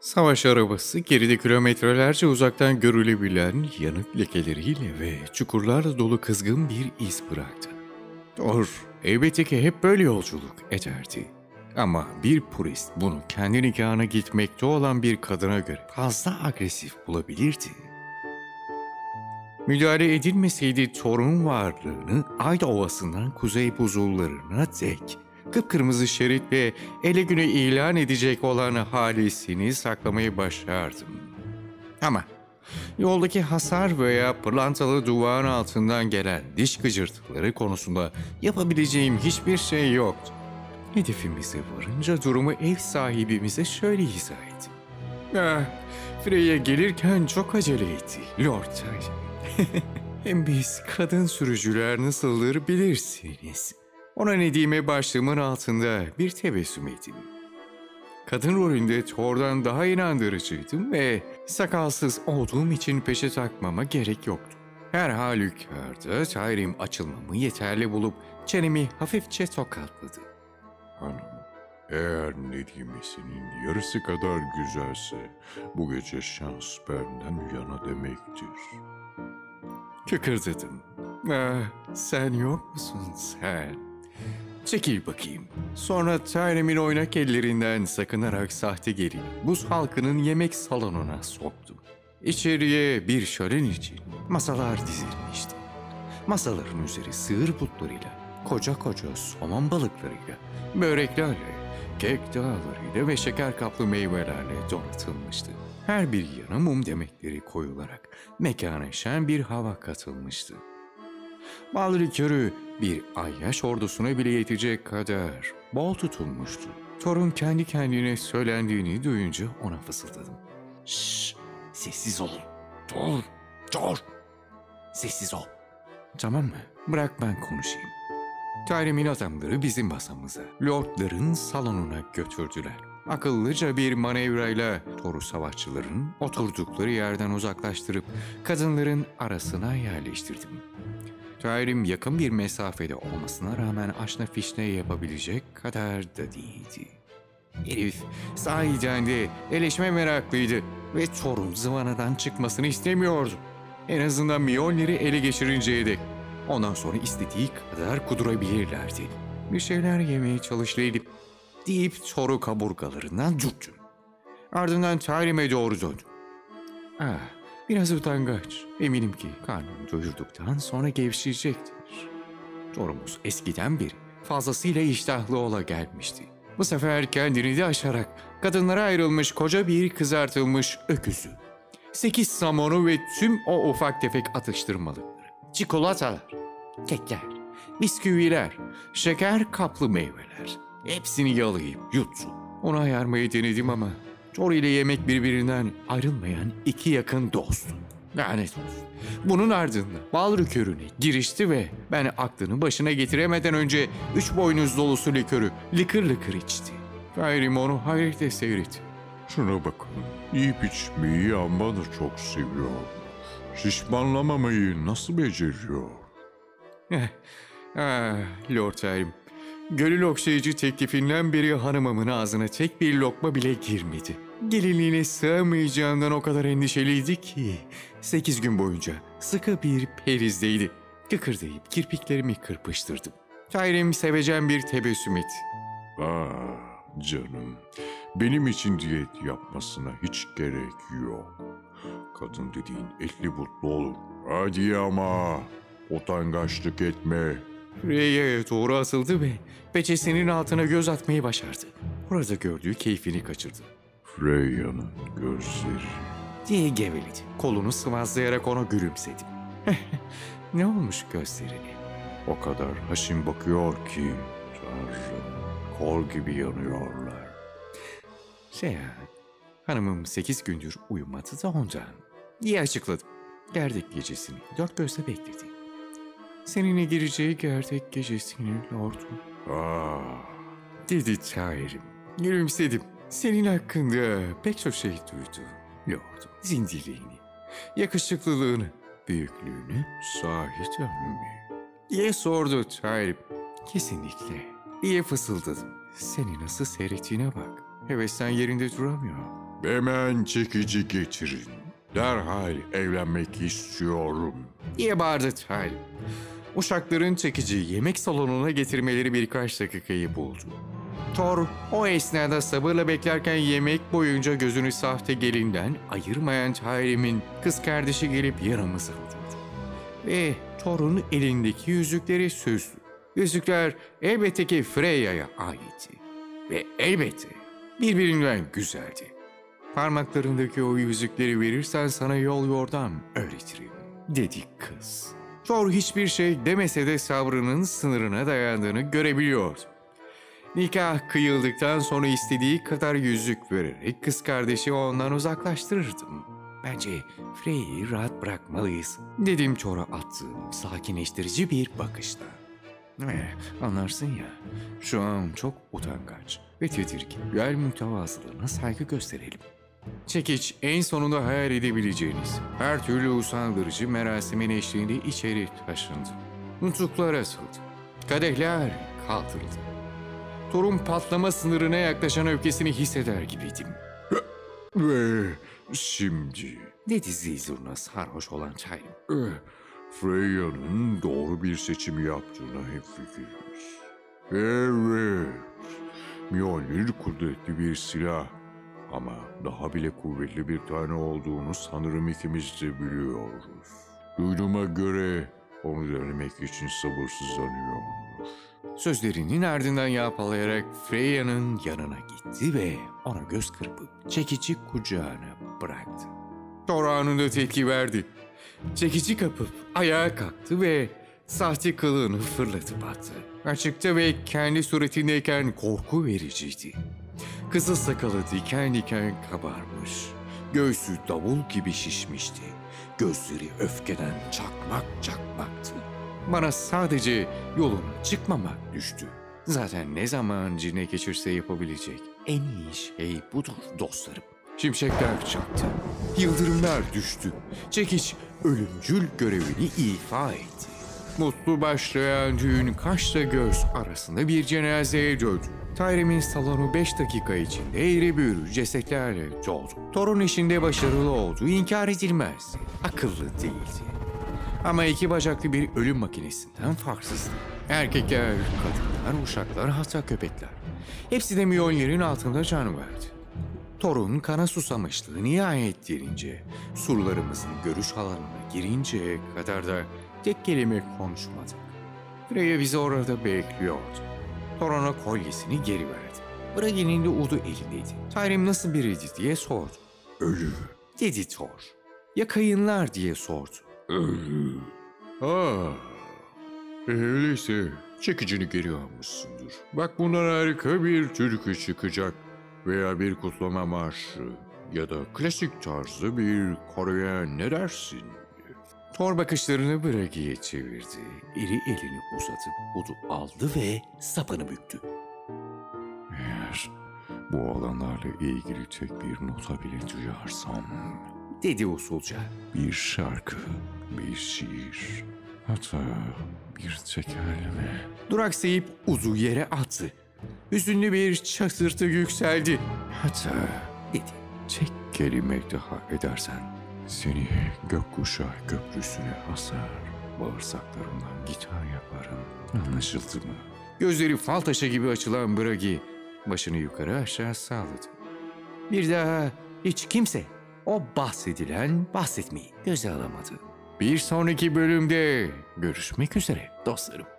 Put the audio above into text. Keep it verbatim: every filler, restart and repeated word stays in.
Savaş arabası geride kilometrelerce uzaktan görülebilen yanık lekeleriyle ve çukurlarla dolu kızgın bir iz bıraktı. Thor elbette ki hep böyle yolculuk ederdi. Ama bir purist bunu kendi nikahına gitmekte olan bir kadına göre fazla agresif bulabilirdi. Müdahale edilmeseydi Thor'un varlığını Ayda Ovası'ndan kuzey buzullarına dek kıpkırmızı şerit ve ele güne ilan edecek olan halisini saklamayı başardım. Ama yoldaki hasar veya pırlantalı duvağın altından gelen diş gıcırtıları konusunda yapabileceğim hiçbir şey yoktu. Hedefimize varınca durumu ev sahibimize şöyle izah ettim. Ah, Freya gelirken çok acele etti, Lord Tyrion. Hem biz kadın sürücüler nasıldır bilirsiniz. Ona Nedime başlığımın altında bir tebessüm ettim. Kadın rolünde Thor'dan daha inandırıcıydım ve sakalsız olduğum için peşe takmama gerek yoktu. Her halükarda Tyrion açılmamı yeterli bulup çenemi hafifçe tokatladı. Hanım, eğer Nedime senin yarısı kadar güzelse bu gece şans benden yana demektir. Kıkırdadım. Ah, sen yok musun sen? Çekil bakayım. Sonra Tyrion'un oynak ellerinden sakınarak sahte gelin buz halkının yemek salonuna soktum. İçeriye bir şölen için masalar dizilmişti. Masaların üzeri sığır butlarıyla, koca koca somon balıklarıyla, böreklerle, kek dağlarıyla ve şeker kaplı meyvelerle donatılmıştı. Her bir yana mum demekleri koyularak mekana şen bir hava katılmıştı. Bal likörü bir ayyaş ordusuna bile yetecek kadar bol tutulmuştu. Thor'un kendi kendine söylendiğini duyunca ona fısıldadım. Şşş, sessiz olun. Thor, Thor, sessiz ol. Tamam mı? Bırak ben konuşayım. Tyrion'un adamları bizim masamıza, lordların salonuna götürdüler. Akıllıca bir manevrayla Thor'u savaşçıların oturdukları yerden uzaklaştırıp kadınların arasına yerleştirdim. Tyrion yakın bir mesafede olmasına rağmen aşna fişne yapabilecek kadar da değildi. Herif sahiden de eleşme meraklıydı ve Thor'un zıvanadan çıkmasını istemiyordu. En azından Mjolnir'i ele geçirinceye dek. Ondan sonra istediği kadar kudurabilirlerdi. Bir şeyler yemeye çalıştıydım deyip Thor'u kaburgalarından tuttum. Ardından Tyrion'e doğru döndüm. Ah, biraz utangaç. Eminim ki karnını doyurduktan sonra gevşeyecektir. Thor'umuz eskiden beri fazlasıyla iştahlı ola gelmişti. Bu sefer kendini de aşarak kadınlara ayrılmış koca bir kızartılmış öküzü, sekiz samonu ve tüm o ufak tefek atıştırmalıkları, çikolatalar, kekler, bisküviler, şeker kaplı meyveler, hepsini yalayıp yuttu. Onu ayarmayı denedim ama Thor ile yemek birbirinden ayrılmayan iki yakın dost. Lanet olsun. Bunun ardından bal likörüne girişti ve ben aklını başına getiremeden önce üç boynuz dolusu likörü lıkır lıkır içti. Tyrion onu hayretle seyretti. Şuna bakın, yiyip içmeyi amma da çok seviyor. Şişmanlamamayı nasıl beceriyor? Eh, ah, Lord Tyrion. Gönül okşayıcı teklifinden beri hanımımın ağzına tek bir lokma bile girmedi. Gelinliğine sığamayacağından o kadar endişeliydi ki sekiz gün boyunca sıkı bir perizdeydi. Kıkırdayıp kirpiklerimi kırpıştırdım. Tyrion sevecen bir tebessüm etti. Ah canım, benim için diyet yapmasına hiç gerek yok. Kadın dediğin etli butlu olur. Hadi ama, utangaçlık etme. Freya'ya doğru asıldı ve peçesinin altına göz atmayı başardı. Orada gördüğü keyfini kaçırdı. Freya'nın gözleri. Diye geveledi. Kolunu sıvazlayarak ona gülümsedim. Ne olmuş gözlerine? O kadar haşin bakıyor ki, Tanrım, kor gibi yanıyorlar. Şey ya, hanımım sekiz gündür uyumadı da ondan. Diye açıkladım. Gerdek gecesini dört gözle bekledi. Seninle gireceği gerdek gecesini lordum. Ah, Dedi Tyrion. Gülümsedim. Senin hakkında pek çok şey duydu. Lordum, zindiliğini, yakışıklılığını, büyüklüğünü, sahiden mi? Diye sordu Tyrion. Kesinlikle. Diye fısıldadım. Seni nasıl seyrettiğine bak. Hevesten yerinde duramıyor. Hemen çekici getirin. Derhal evlenmek istiyorum. diye bağırdı Tyrim. Uşakların çekici yemek salonuna getirmeleri birkaç dakikayı buldu. Thor o esnada sabırla beklerken yemek boyunca gözünü sahte gelinden ayırmayan Tyrim'in kız kardeşi gelip yanımıza oturdu. Ve Thor'un elindeki yüzükleri süzdü. Yüzükler elbette ki Freya'ya aitti. Ve elbette birbirinden güzeldi. Parmaklarındaki o yüzükleri verirsen sana yol yordam öğretirim, dedi kız. Thor hiçbir şey demese de sabrının sınırına dayandığını görebiliyordu. Nikah kıyıldıktan sonra istediği kadar yüzük vererek kız kardeşi ondan uzaklaştırırdım. Bence Frey'i rahat bırakmalıyız, dedim Thor'a attığım sakinleştirici bir bakışla. Eh, anlarsın ya, şu an çok utangaç ve tedirgin. Gel mütevazılığına saygı gösterelim. Çekiç en sonunda hayal edebileceğiniz her türlü usandırıcı merasimin eşliğinde içeri taşındı. Nutuklar atıldı. Kadehler kaldırıldı. Thor'un patlama sınırına yaklaşan öfkesini hisseder gibiydim. Ve şimdi Dedi zil zurna sarhoş olan Tyrim. eh, Freya'nın doğru bir seçim yaptığına hemfikiriz. Evet, Mjolnir kudretli bir silah. Ama daha bile kuvvetli bir tane olduğunu sanırım ikimiz de biliyoruz. Duyduğuma göre onu denemek için sabırsızlanıyormuş. Sözlerinin ardından yalpalayarak Freya'nın yanına gitti ve ona göz kırpıp çekici kucağına bıraktı. Thor anında tepki verdi. Çekici kapıp ayağa kalktı ve sahte kılığını fırlatıp attı. Açıkta ve kendi suretindeyken korku vericiydi. Kızıl sakalı diken diken kabarmış. Göğsü davul gibi şişmişti. Gözleri öfkeden çakmak çakmaktı. Bana sadece yoluna çıkmamak düştü. Zaten ne zaman cine geçirse yapabilecek en iyi şey budur dostlarım. Şimşekler çaktı. Yıldırımlar düştü. Çekiç ölümcül görevini ifa etti. Mutlu başlayan düğün kaşla göz arasında bir cenazeye döndü. Tyrim'in salonu beş dakika içinde eğri büğrü cesetlerle doldu. Thor'un işinde başarılı olduğu inkar edilmez. Akıllı değildi. Ama iki bacaklı bir ölüm makinesinden farksızdı. Erkekler, kadınlar, uşaklar, hatta köpekler. Hepsi de Mjolnir'in altında can verdi. Thor'un kana susamışlığı nihayet gelince, surlarımızın görüş alanına girinceye kadar da tek kelime konuşmadık. Freya bizi orada bekliyordu. Thor ona kolyesini geri verdi. Bragi'nin de udu elindeydi. Tyrim nasıl biriydi diye sordu. Ölü, Dedi Thor. Ya kayınlar diye sordu. ölü. Ah, öyleyse çekicini geri almışsındır. Bak bundan harika bir türkü çıkacak. Veya bir kutlama marşı ya da klasik tarzda bir Koreyen, ne dersin? Thor bakışlarını Bragi'ye çevirdi. İri elini uzatıp udu aldı ve sapını büktü. Eğer bu alanlarla ilgili tek bir nota bile duyarsam, Dedi usulca. bir şarkı, bir şiir, hatta bir tekerleme. Duraksayıp uzu yere attı. Hüzünlü bir çatırtı yükseldi. Hatta Dedi. tek kelime daha edersen seni gökkuşağı köprüsüne asar, bağırsaklarımdan gitar yaparım. Anlaşıldı mı? Gözleri fal taşı gibi açılan Bragi başını yukarı aşağı salladı. Bir daha hiç kimse o bahsedilen bahsetmeyi göze alamadı. Bir sonraki bölümde görüşmek üzere dostlarım.